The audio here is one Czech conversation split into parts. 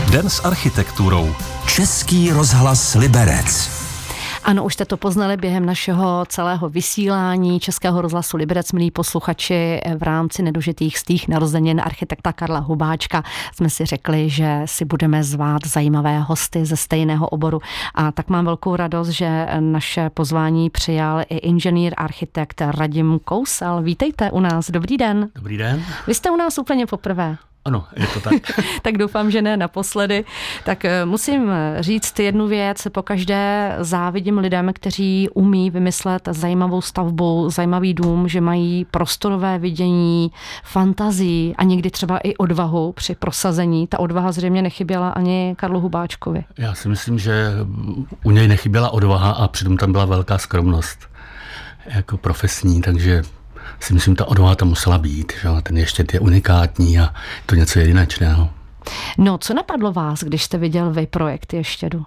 Den s architekturou. Český rozhlas Liberec. Ano, už jste to poznali během našeho celého vysílání Českého rozhlasu Liberec, milí posluchači, v rámci nedožitých stých narozenin architekta Karla Hubáčka jsme si řekli, že si budeme zvát zajímavé hosty ze stejného oboru. A tak mám velkou radost, že naše pozvání přijal i inženýr architekt Radim Kousal. Vítejte u nás, dobrý den. Dobrý den. Vy jste u nás úplně poprvé. Ano, je to tak. Tak doufám, že ne naposledy. Tak musím říct jednu věc. Pokaždé závidím lidem, kteří umí vymyslet zajímavou stavbu, zajímavý dům, že mají prostorové vidění, fantazii a někdy třeba i odvahu při prosazení. Ta odvaha zřejmě nechyběla ani Karlu Hubáčkovi. Já si myslím, že u něj nechyběla odvaha a přitom tam byla velká skromnost jako profesní, takže si myslím, ta odvaha tam musela být. Že? Ten ještě je unikátní a to něco jedinečného. No, co napadlo vás, když jste viděl vy projekt Ještědu?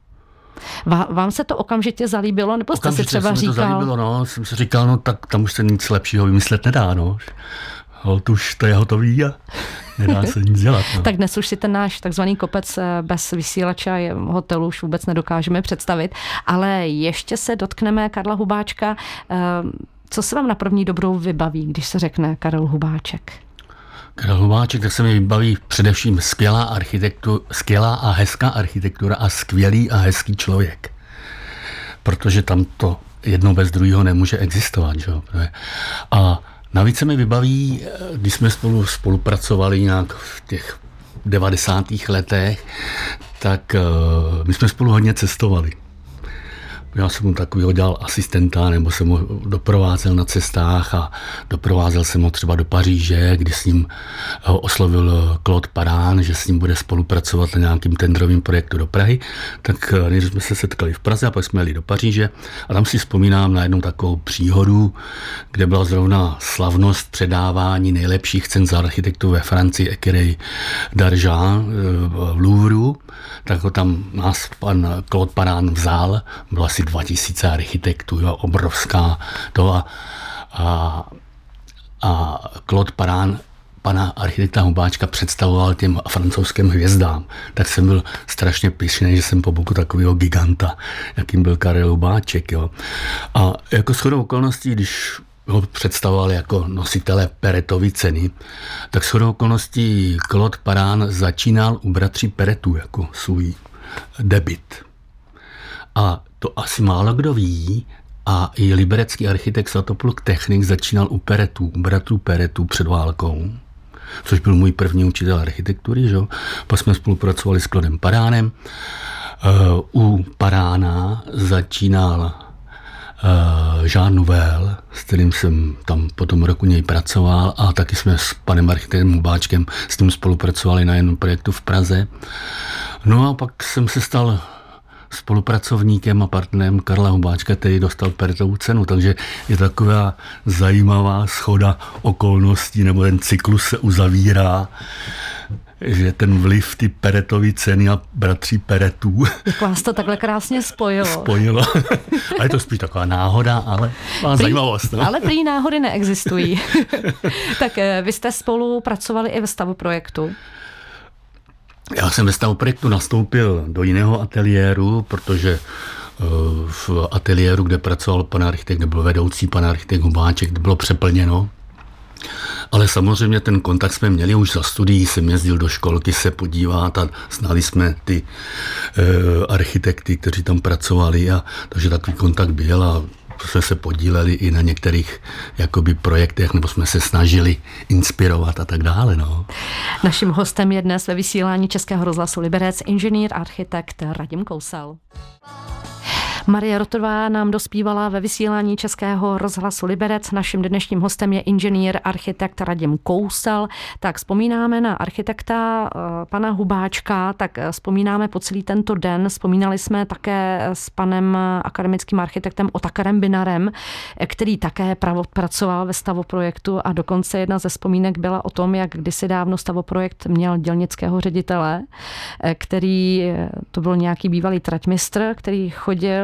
Vám se to okamžitě zalíbilo, nebo jste si třeba říkal? To zalíbilo, no. Jsem si říkal, no tak tam už se nic lepšího vymyslet nedá, no. Holt už to je hotový a nedá se nic dělat. No. Tak dnes už si ten náš takzvaný kopec bez vysílače a hotelu už vůbec nedokážeme představit, ale ještě se dotkneme Karla Hubáčka. Co se vám na první dobrou vybaví, když se řekne Karel Hubáček? Karel Hubáček, tak se mi vybaví především skvělá a hezká architektura a skvělý a hezký člověk. Protože tam to jedno bez druhého nemůže existovat. Že? A navíc se mi vybaví, když jsme spolupracovali nějak v těch 90. letech, tak my jsme spolu hodně cestovali. Já jsem mu takovýho dělal asistenta, nebo jsem ho doprovázel na cestách a doprovázel jsem ho třeba do Paříže, kdy s ním ho oslovil Claude Parán, že s ním bude spolupracovat na nějakým tendrovým projektu do Prahy. Tak než jsme se setkali v Praze a pak jsme jeli do Paříže a tam si vzpomínám na jednu takovou příhodu, kde byla zrovna slavnost předávání nejlepších cen za architekturu ve Francii Écurie d'Argent v Louvru. Tak ho tam nás pan Claude Parán vzal, bylo asi 2000 architektů, jo, obrovská to a Claude Parán pana architekta Hubáčka představoval těm francouzským hvězdám. Tak jsem byl strašně pyšný, že jsem po boku takového giganta, jakým byl Karel Hubáček. Jo. A jako shodou okolností, když ho představoval jako nositele Peretovy ceny, tak shodou okolností Claude Parán začínal u bratří Peretů jako svůj debut. A to asi málo kdo ví, a i liberecký architekt Svatopluk Technik začínal u bratrů Peretů před válkou, což byl můj první učitel architektury. Že? Pak jsme spolupracovali s Claudem Paránem. U Parána začínal Jean Nouvel, s kterým jsem tam po tom roku něj pracoval a taky jsme s panem architektem Hubáčkem s tím spolupracovali na jednom projektu v Praze. No a pak jsem se stal spolupracovníkem a partnerem Karla Hubáčka, který dostal Peretovu cenu, takže je taková zajímavá shoda okolností, nebo ten cyklus se uzavírá, že ten vliv ty Peretovy ceny a bratří Peretů. Jak vás to takhle krásně spojilo. A je to spíš taková náhoda, ale má zajímavost. No? Ale prý náhody neexistují. Tak vy jste spolu pracovali i ve stavu projektu. Já jsem ve stavu projektu nastoupil do jiného ateliéru, protože v ateliéru, kde pracoval pan architekt, kde byl vedoucí pan architekt Hubáček, kde bylo přeplněno. Ale samozřejmě ten kontakt jsme měli už za studií, jsem jezdil do školky se podívat a znali jsme ty architekty, kteří tam pracovali, a takže takový kontakt byl a jsme se podíleli i na některých jakoby projektech, nebo jsme se snažili inspirovat a tak dále. No. Naším hostem je dnes ve vysílání Českého rozhlasu Liberec inženýr architekt Radim Kousal. Marie Rotová nám dospívala ve vysílání Českého rozhlasu Liberec. Naším dnešním hostem je inženýr architekt Radim Kousal. Tak vzpomínáme na architekta pana Hubáčka, tak vzpomínáme po celý tento den. Vzpomínali jsme také s panem akademickým architektem Otakarem Binarem, který také pracoval ve stavoprojektu, a dokonce jedna ze vzpomínek byla o tom, jak kdysi dávno stavoprojekt měl dělnického ředitele, který, to byl nějaký bývalý traťmistr, který chodil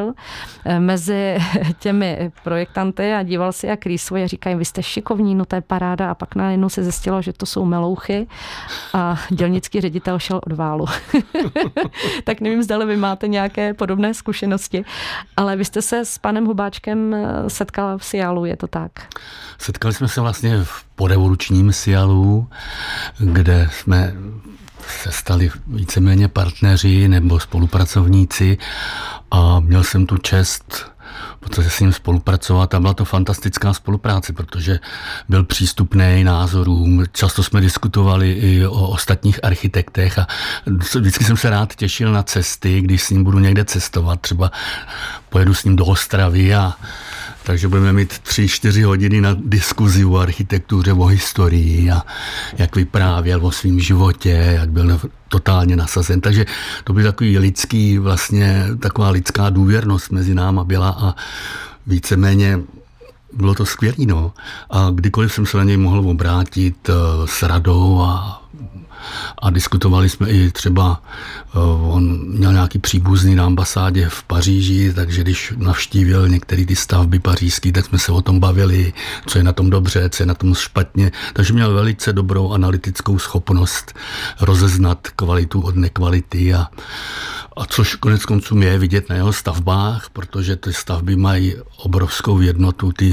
chodil mezi těmi projektanty a díval si, jak rýsuje a říkají, vy jste šikovní, no to je paráda. A pak najednou se zjistilo, že to jsou melouchy a dělnický ředitel šel od válu. Tak nevím, zda vy máte nějaké podobné zkušenosti, ale vy jste se s panem Hubáčkem setkal v Sialu, je to tak? Setkali jsme se vlastně v porevolučním Sialu, kde jsme se stali víceméně partneři nebo spolupracovníci a měl jsem tu čest protože s ním spolupracovat a byla to fantastická spolupráce, protože byl přístupný názorům. Často jsme diskutovali i o ostatních architektech a vždycky jsem se rád těšil na cesty, když s ním budu někde cestovat. Třeba pojedu s ním do Ostravy takže budeme mít 3-4 hodiny na diskuzi o architektuře, o historii a jak vyprávěl o svém životě, jak byl totálně nasazen. Takže to byl takový lidský, vlastně taková lidská důvěrnost mezi náma byla a víceméně bylo to skvělý, no. A kdykoliv jsem se na něj mohl obrátit s radou a diskutovali jsme i třeba, on měl nějaký příbuzný na ambasádě v Paříži, takže když navštívil některé ty stavby pařížské, tak jsme se o tom bavili, co je na tom dobře, co je na tom špatně. Takže měl velice dobrou analytickou schopnost rozeznat kvalitu od nekvality a což konec konců je vidět na jeho stavbách, protože ty stavby mají obrovskou jednotu, ty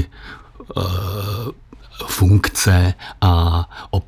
funkce a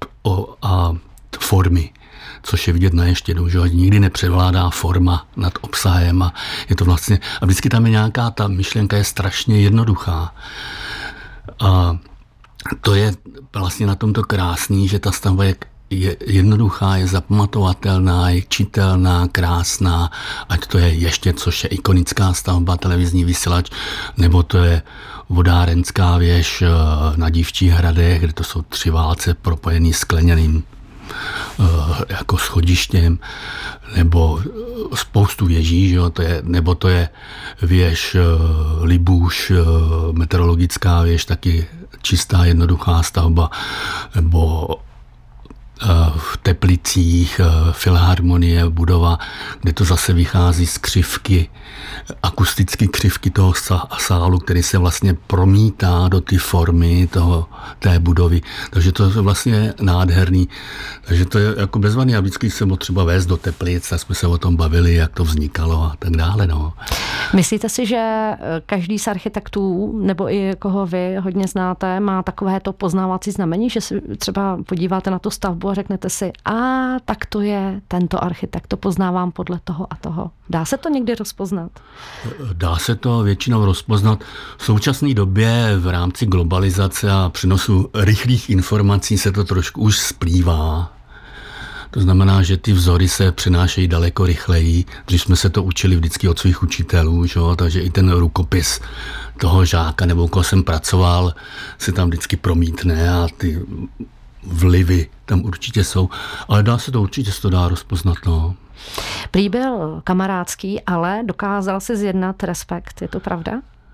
formy, což je vidět na Ještědu, že nikdy nepřevládá forma nad obsahem a je to vlastně, a vždycky tam je nějaká, ta myšlenka je strašně jednoduchá. A to je vlastně na tomto krásný, že ta stavba je jednoduchá, je zapamatovatelná, je čitelná, krásná, ať to je ještě, což je ikonická stavba, televizní vysílač, nebo to je vodárenská věž na Dívčích hradech, kde to jsou 3 válce propojený skleněným jako schodištěm, nebo spoustu věží, že jo, nebo to je věž Libůš, meteorologická věž, taky čistá, jednoduchá stavba, nebo v Teplicích Filharmonie budova, kde to zase vychází z křivky, akustické křivky toho sálu, který se vlastně promítá do ty formy té budovy. Takže to je vlastně nádherný. Takže to je jako bezvadný. A vždycky jsem ho třeba vést do Teplic a jsme se o tom bavili, jak to vznikalo a tak dále. No. Myslíte si, že každý z architektů, nebo i koho vy hodně znáte, má takovéto poznávací znamení, že si třeba podíváte na tu stavbu a řeknete si, tak to je tento architekt, to poznávám podle toho a toho. Dá se to někdy rozpoznat? Dá se to většinou rozpoznat. V současné době v rámci globalizace a přenosu rychlých informací se to trošku už splývá. To znamená, že ty vzory se přenášejí daleko rychleji, když jsme se to učili vždycky od svých učitelů, že? Takže i ten rukopis toho žáka, nebo koho jsem pracoval, se tam vždycky promítne a ty vlivy tam určitě jsou. Ale určitě se to dá rozpoznat, no. Prý byl kamarádský, ale dokázal si zjednat respekt, je to pravda?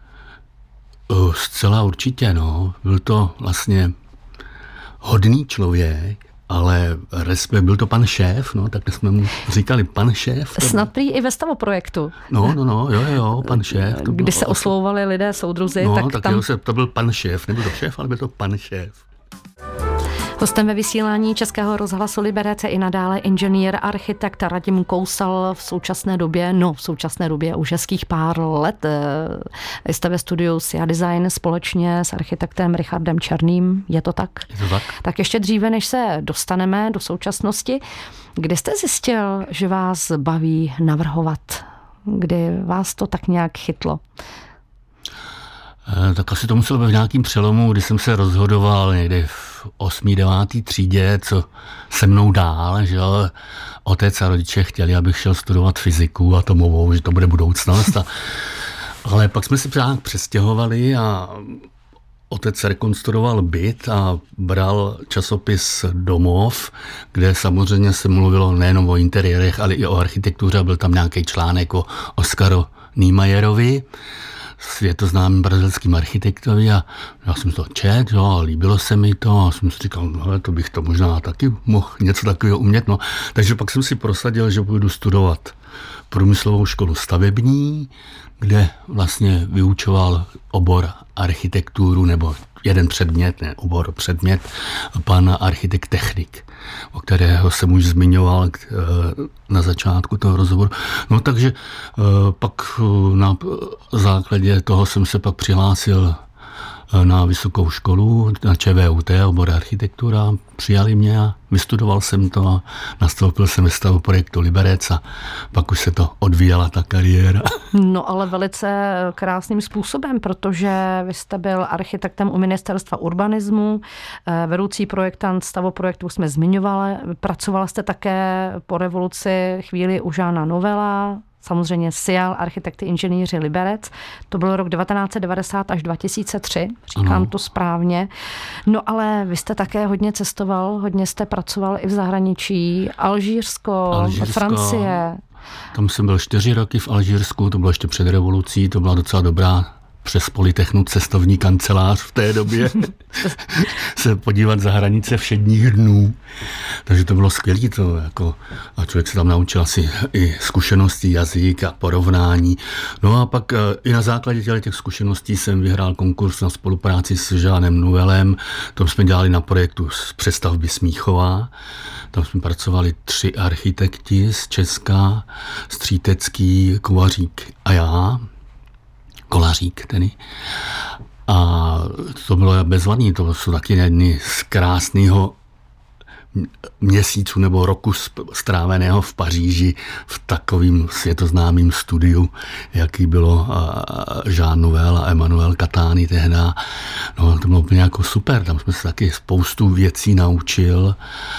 Zcela určitě, no. Byl to vlastně hodný člověk, ale respekt, byl to pan šéf, no, tak jsme mu říkali pan šéf. Snad prý i ve stavoprojektu. No, jo, pan šéf. Kdy se oslovovali lidé, soudruzi, tak tam... to byl pan šéf, nebyl to šéf, ale byl to pan šéf. Hostem ve vysílání Českého rozhlasu Liberec je i nadále inženýr, architekt Radim Kousal. V současné době už hezkých pár let jste ve studiu SIA Design společně s architektem Richardem Černým. Je to tak? Je to tak. Tak ještě dříve, než se dostaneme do současnosti, kdy jste zjistil, že vás baví navrhovat? Kdy vás to tak nějak chytlo? Tak asi to muselo být v nějakým přelomu, kdy jsem se rozhodoval někdy v 8. 9. třídě, co se mnou dál, že jo. Otec a rodiče chtěli, abych šel studovat fyziku atomovou, že to bude budoucnost. Ale pak jsme se nějak přestěhovali a otec rekonstruoval byt a bral časopis Domov, kde samozřejmě se mluvilo nejenom o interiérech, ale i o architektuře. Byl tam nějaký článek o Oskaru Niemayerovi, světoznámým brazilským architektovi a já jsem to četl, a líbilo se mi to a jsem si říkal, to bych to možná taky mohl něco takového umět. No. Takže pak jsem si prosadil, že půjdu studovat průmyslovou školu stavební, kde vlastně vyučoval obor architekturu, nebo jeden předmět, ne obor, předmět, pan architekt technik, o kterého jsem už zmiňoval na začátku toho rozhovoru. No takže pak na základě toho jsem se pak přihlásil na vysokou školu, na ČVUT, obor architektura, přijali mě a vystudoval jsem to a nastoupil jsem ve stavu projektu Liberec a pak už se to odvíjela ta kariéra. No ale velice krásným způsobem, protože vy jste byl architektem u Ministerstva urbanismu, vedoucí projektant stavoprojektu jsme zmiňovali, pracoval jste také po revoluci chvíli u Žána Novela, samozřejmě SIAL, architekty inženýři Liberec. To byl rok 1990 až 2003, říkám to správně. No ale vy jste také hodně cestoval, hodně jste pracoval i v zahraničí, Alžírsko, Francie. Tam jsem byl 4 roky v Alžírsku, to bylo ještě před revolucí, to byla docela dobrá přes Polytechnu cestovní kancelář v té době se podívat za hranice všedních dnů. Takže to bylo skvělé. A člověk se tam naučil asi i zkušenosti, jazyk a porovnání. No a pak i na základě těch zkušeností jsem vyhrál konkurs na spolupráci s Žánem Novelem. To jsme dělali na projektu z přestavby Smíchova. Tam jsme pracovali 3 architekti z Česka, Střítecký, Kovařík a já. Kolařík tedy. A to bylo bezvadný, to jsou taky jedny z krásného měsíců nebo roku stráveného v Paříži v takovým světoznámým studiu, jaký bylo Jean Nouvel a Emmanuel Catani tehda. No, to bylo úplně jako super, tam jsme se taky spoustu věcí naučil.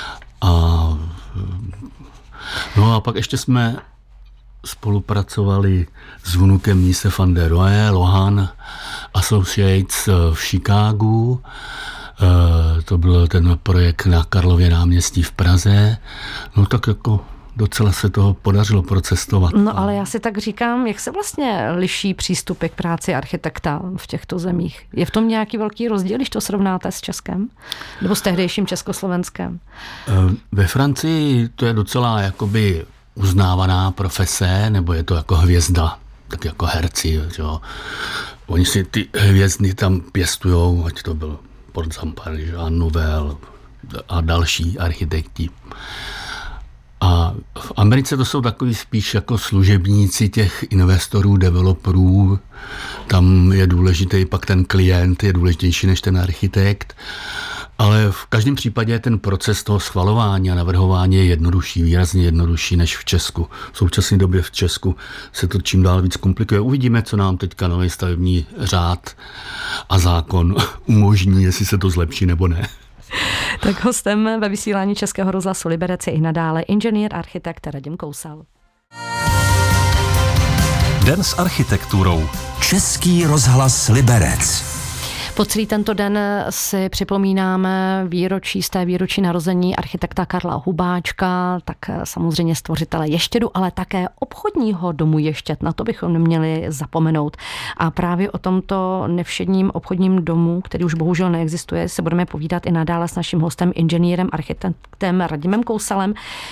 No a pak ještě jsme spolupracovali s vnukem Mise van der Rohe, Lohan Associates v Chicagu. To byl ten projekt na Karlově náměstí v Praze. No tak jako docela se toho podařilo procestovat. No ale já si tak říkám, jak se vlastně liší přístupy k práci architekta v těchto zemích? Je v tom nějaký velký rozdíl, když to srovnáte s Českem? Nebo s tehdejším Československem? Ve Francii to je docela jakoby uznávaná profese, nebo je to jako hvězda, tak jako herci. Jo. Oni si ty hvězdy tam pěstujou, ať to byl Port-Zampar, Jean Nouvel a další architekti. A v Americe to jsou takový spíš jako služebníci těch investorů, developerů. Tam je důležitý pak ten klient, je důležitější než ten architekt. Ale v každém případě ten proces toho schvalování a navrhování je jednodušší, výrazně jednodušší než v Česku. V současné době v Česku se to čím dál víc komplikuje. Uvidíme, co nám teďka nový stavební řád a zákon umožní, jestli se to zlepší nebo ne. Tak hostem ve vysílání Českého rozhlasu Liberec je i nadále inženýr, architekt Radim Kousal. Den s architekturou. Český rozhlas Liberec. Po celý tento den si připomínáme výročí narození architekta Karla Hubáčka, tak samozřejmě stvořitele Ještědu, ale také obchodního domu Ještěd. Na to bychom neměli zapomenout. A právě o tomto nevšedním obchodním domu, který už bohužel neexistuje, se budeme povídat i nadále s naším hostem, inženýrem, architektem Radimem Kousalem.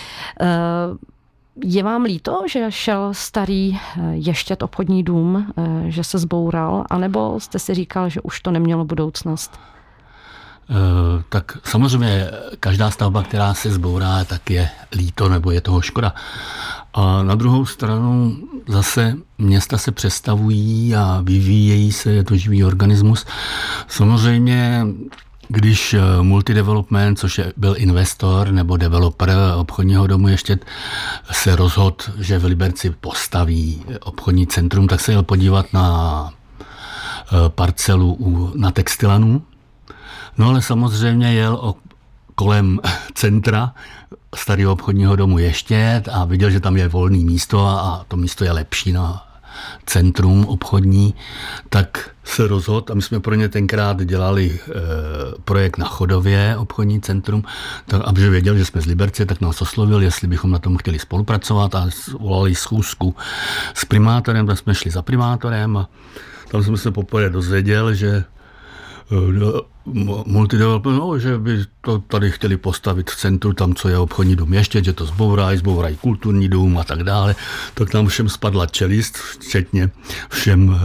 Je vám líto, že šel starý Ještěd obchodní dům, že se zboural, anebo jste si říkal, že už to nemělo budoucnost? Tak samozřejmě každá stavba, která se zbourá, tak je líto nebo je toho škoda. A na druhou stranu zase města se přestavují a vyvíjejí se, je to živý organismus. Samozřejmě když Multidevelopment, což byl investor nebo developer obchodního domu Ještěd, se rozhodl, že v Liberci postaví obchodní centrum, tak se jel podívat na parcelu na Textilanu. No ale samozřejmě jel kolem centra starého obchodního domu Ještěd a viděl, že tam je volné místo a to místo je lepší na centrum obchodní, tak se rozhodl, a my jsme pro ně tenkrát dělali projekt na Chodově, obchodní centrum, tak aby věděl, že jsme z Liberce, tak nás oslovil, jestli bychom na tom chtěli spolupracovat a volali schůzku s primátorem, tak jsme šli za primátorem a tam jsme se poprvé dozvěděl, že multideveloper, no, že by to tady chtěli postavit v centru, tam, co je obchodní dům ještě, že to zbourají kulturní dům a tak dále. Tak tam všem spadla čelist, včetně všem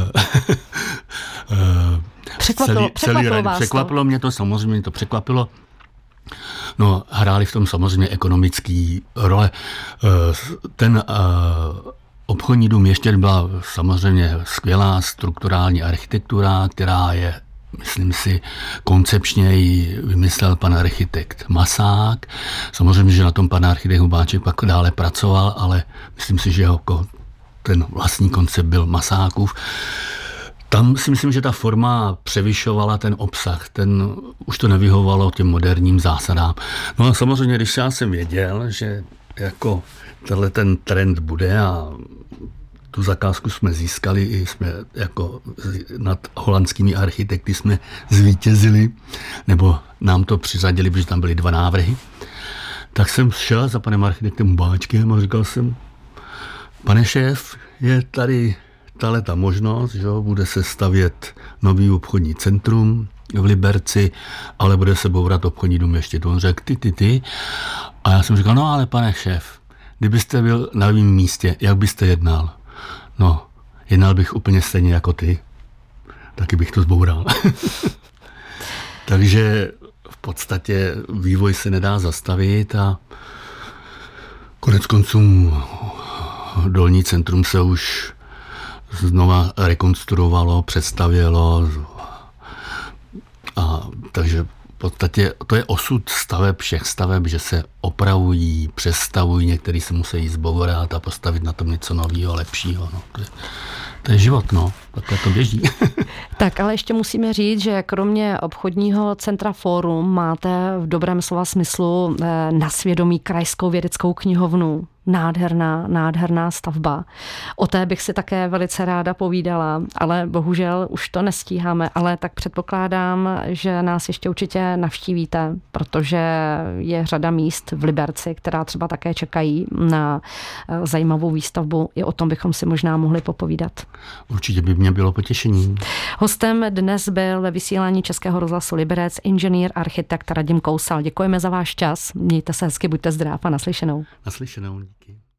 Překvapilo mě to, samozřejmě mě to překvapilo. No, hráli v tom samozřejmě ekonomický role. Ten obchodní dům ještě byla samozřejmě skvělá strukturální architektura, která je, myslím si, koncepčně ji vymyslel pan architekt Masák. Samozřejmě, že na tom pan architekt Hubáček pak dále pracoval, ale myslím si, že ten vlastní koncept byl Masákův. Tam si myslím, že ta forma převyšovala ten obsah, už to nevyhovovalo těm moderním zásadám. No a samozřejmě, když já jsem věděl, že jako tenhle ten trend bude a tu zakázku jsme získali, i jsme jako nad holandskými architekty jsme zvítězili, nebo nám to přiřadili, protože tam byly 2 návrhy, tak jsem šel za panem architektem Hubáčkem a říkal jsem, pane šéf, je tady ta možnost, že bude se stavět nový obchodní centrum v Liberci, ale bude se bourat obchodní dům ještě. To on řekl, ty. A já jsem říkal, no ale pane šéf, kdybyste byl na mém místě, jak byste jednal? No, jednal bych úplně stejně jako ty. Taky bych to zboural. Takže v podstatě vývoj se nedá zastavit a konec konců dolní centrum se už znova rekonstruovalo, představělo. A takže v podstatě to je osud všech staveb, že se opravují, přestavují, některý se musí zbourat a postavit na tom něco nového, lepšího. No. To je život, no. Takhle to běží. Tak, ale ještě musíme říct, že kromě obchodního centra Fórum máte v dobrém slova smyslu na svědomí Krajskou vědeckou knihovnu. Nádherná stavba. O té bych si také velice ráda povídala, ale bohužel už to nestíháme, ale tak předpokládám, že nás ještě určitě navštívíte, protože je řada míst v Liberci, která třeba také čekají na zajímavou výstavbu. I o tom bychom si možná mohli popovídat. Určitě by mě bylo potěšení. Hostem dnes byl ve vysílání Českého rozhlasu Liberec inženýr, architekt Radim Kousal. Děkujeme za váš čas. Mějte se hezky, buďte zdrav a naslyšenou. Naslyšenou, díky.